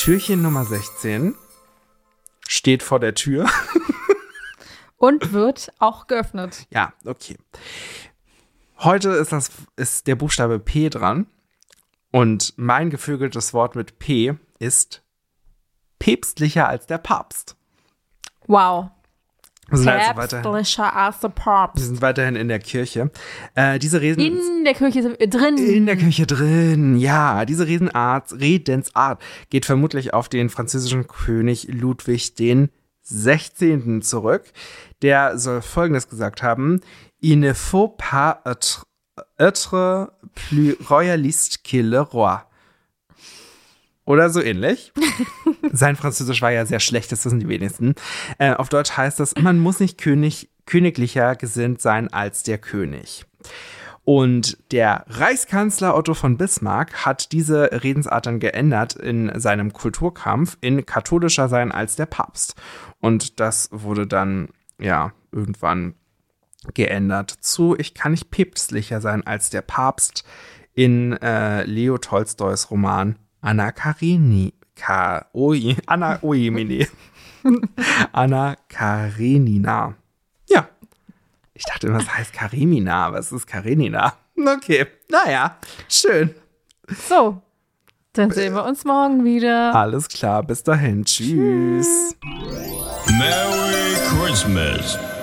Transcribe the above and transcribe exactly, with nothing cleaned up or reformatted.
Türchen Nummer sechzehn steht vor der Tür. Und wird auch geöffnet. Ja, okay. Heute ist, das, ist der Buchstabe P dran. Und mein geflügeltes Wort mit P ist päpstlicher als der Papst. Wow. Wir sind, also weiterhin, Päpstlicher als der Papst. wir sind weiterhin in der Kirche. Äh, diese Reden, In der Kirche sind wir drin. In der Kirche drin, ja. Diese Redensart, Redensart geht vermutlich auf den französischen König Ludwig den sechzehnten zurück. Der soll Folgendes gesagt haben: Il ne faut pas être, être plus royaliste que le roi. Oder so ähnlich. Sein Französisch war ja sehr schlecht, das wissen die wenigsten. Äh, auf Deutsch heißt das, man muss nicht König, königlicher gesinnt sein als der König. Und der Reichskanzler Otto von Bismarck hat diese Redensart dann geändert in seinem Kulturkampf in katholischer sein als der Papst. Und das wurde dann, ja, irgendwann geändert zu, ich kann nicht päpstlicher sein als der Papst in äh, Leo Tolstois Roman Anna Karenina. Ka, oi, Anna, oi, mene. Anna Karenina. Ja. Ich dachte immer, es heißt Karenina, aber es ist Karenina. Okay, naja, schön. So, dann sehen wir uns morgen wieder. Alles klar, bis dahin. Tschüss. Merry Christmas.